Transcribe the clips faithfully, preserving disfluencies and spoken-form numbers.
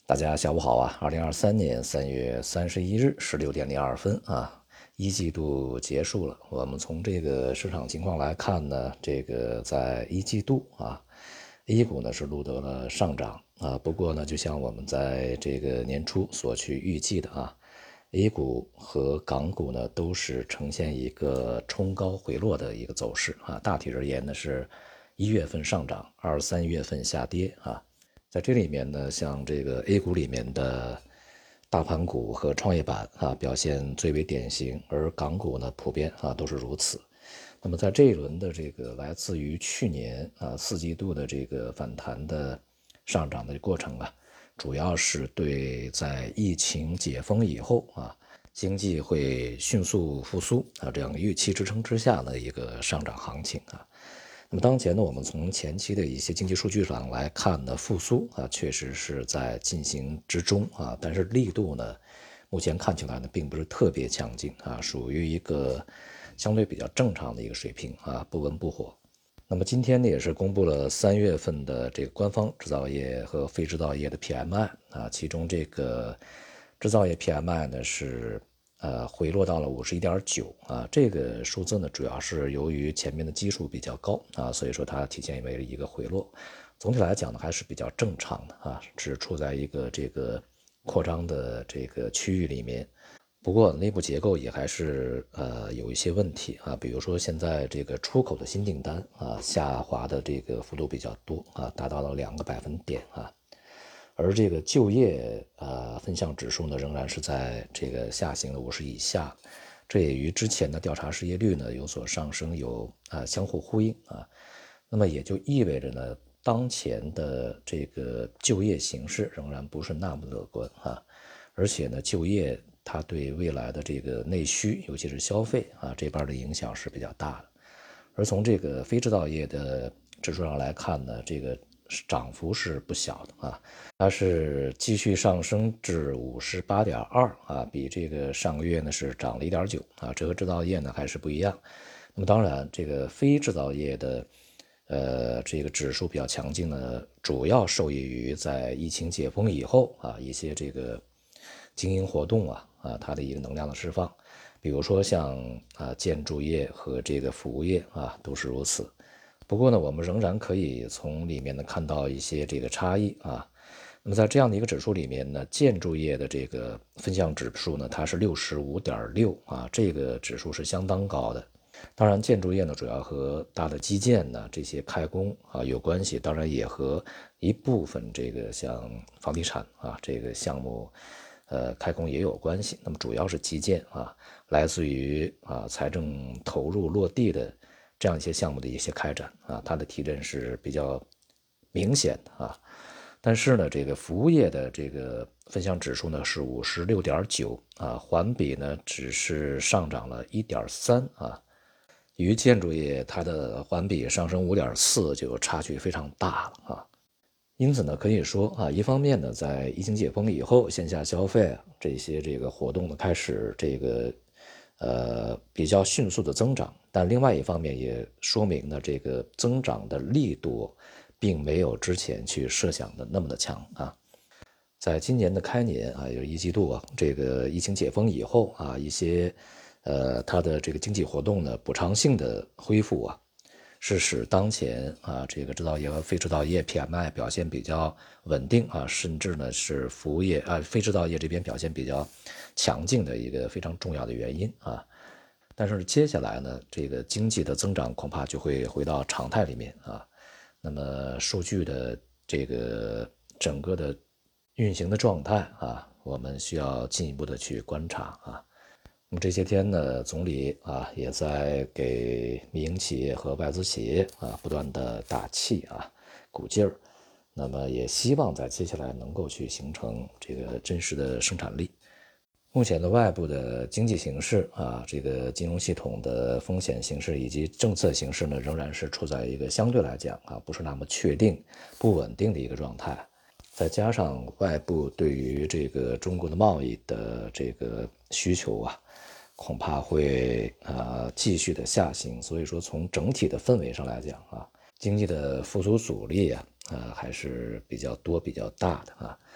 大家下午好啊！二零二三年三月三十一日十六点零二分啊，一季度结束了。我们从这个市场情况来看呢，这个在一季度啊，A 股呢是录得了上涨啊。不过呢，就像我们在这个年初所去预计的啊，A 股和港股呢都是呈现一个冲高回落的一个走势啊。大体而言呢，是一月份上涨，二三月份下跌啊。在这里面呢，像这个 A 股里面的大盘股和创业板啊表现最为典型，而港股呢普遍啊都是如此。那么在这一轮的这个来自于去年啊四季度的这个反弹的上涨的过程啊，主要是对在疫情解封以后啊经济会迅速复苏啊这样预期支撑之下的一个上涨行情啊。那么当前呢，我们从前期的一些经济数据上来看呢，复苏啊确实是在进行之中啊，但是力度呢，目前看起来呢并不是特别强劲啊，属于一个相对比较正常的一个水平啊，不温不火。那么今天呢，也是公布了三月份的这个官方制造业和非制造业的 P M I 啊，其中这个制造业 P M I 呢是呃回落到了五十一点九啊，这个数字呢主要是由于前面的基数比较高啊，所以说它体现为一个回落。总体来讲呢还是比较正常的啊，只处在一个这个扩张的这个区域里面。不过内部结构也还是呃有一些问题啊，比如说现在这个出口的新订单啊下滑的这个幅度比较多啊，达到了两个百分点啊，而这个就业呃分项指数呢仍然是在这个下行的五十以下，这也与之前的调查失业率呢有所上升有啊相互呼应啊，那么也就意味着呢当前的这个就业形势仍然不是那么乐观啊，而且呢就业它对未来的这个内需，尤其是消费啊这边的影响是比较大的。而从这个非制造业的指数上来看呢，这个涨幅是不小的啊，它是继续上升至五十八点二啊，比这个上个月呢是涨了一点九啊，这和制造业呢还是不一样。那么当然，这个非制造业的呃这个指数比较强劲呢，主要受益于在疫情解封以后啊一些这个经营活动啊啊它的一个能量的释放，比如说像啊建筑业和这个服务业啊都是如此。不过呢，我们仍然可以从里面呢看到一些这个差异啊。那么在这样的一个指数里面呢，建筑业的这个分项指数呢，它是六十五点六啊，这个指数是相当高的。当然，建筑业呢主要和大的基建呢这些开工啊有关系，当然也和一部分这个像房地产啊这个项目，呃开工也有关系。那么主要是基建啊，来自于啊财政投入落地的这样一些项目的一些开展啊，它的提振是比较明显的啊。但是呢，这个服务业的这个分项指数呢是五十六点九啊，环比呢只是上涨了一点三啊。与建筑业它的环比上升五点四，就差距非常大了啊。因此呢，可以说啊，一方面呢，在疫情解封以后，线下消费啊这些这个活动呢开始这个呃比较迅速的增长，但另外一方面也说明呢，这个增长的力度并没有之前去设想的那么的强啊。在今年的开年啊，有一季度啊，这个疫情解封以后啊，一些呃它的这个经济活动呢补偿性的恢复啊，是使当前啊这个制造业和非制造业 P M I 表现比较稳定啊，甚至呢是服务业啊非制造业这边表现比较强劲的一个非常重要的原因啊。但是接下来呢，这个经济的增长恐怕就会回到常态里面啊。那么数据的这个整个的运行的状态啊，我们需要进一步的去观察啊。那么这些天呢，总理啊也在给民营企业和外资企业啊不断的打气啊，鼓劲儿。那么也希望在接下来能够去形成这个真实的生产力。目前的外部的经济形势啊，这个金融系统的风险形势以及政策形势呢，仍然是处在一个相对来讲啊不是那么确定、不稳定的一个状态。再加上外部对于这个中国的贸易的这个需求啊，恐怕会呃继续的下行，所以说从整体的氛围上来讲啊，经济的复苏阻力啊，呃还是比较多、比较大的啊。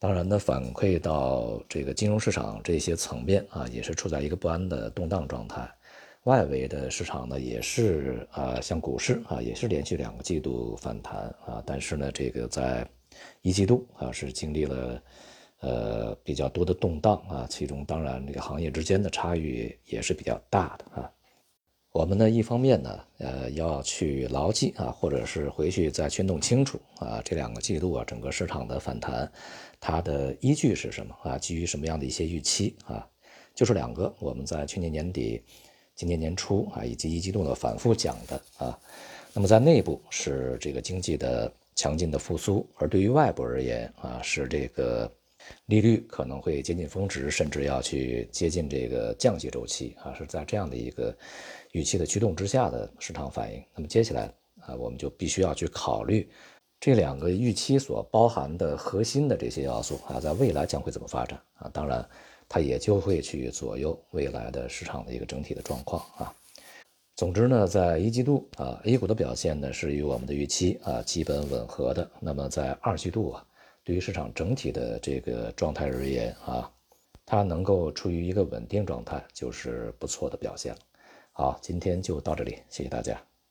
当然呢，反馈到这个金融市场这些层面啊，也是处在一个不安的动荡状态。外围的市场呢，也是啊，像股市啊，也是连续两个季度反弹啊，但是呢，这个在一季度啊是经历了呃比较多的动荡啊，其中当然这个行业之间的差异也是比较大的啊。我们呢，一方面呢，呃，要去牢记啊，或者是回去再去弄清楚啊，这两个季度啊，整个市场的反弹，它的依据是什么啊？基于什么样的一些预期啊？就是两个，我们在去年年底、今年年初啊，以及一季度呢反复讲的啊。那么在内部是这个经济的强劲的复苏，而对于外部而言啊，是这个利率可能会接近峰值，甚至要去接近这个降息周期啊，是在这样的一个预期的驱动之下的市场反应。那么接下来啊，我们就必须要去考虑这两个预期所包含的核心的这些要素啊，在未来将会怎么发展啊？当然，它也就会去左右未来的市场的一个整体的状况啊。总之呢，在一季度啊，A 股的表现呢是与我们的预期啊基本吻合的。那么在二季度啊，对于市场整体的这个状态而言啊，它能够处于一个稳定状态，就是不错的表现了。好，今天就到这里，谢谢大家。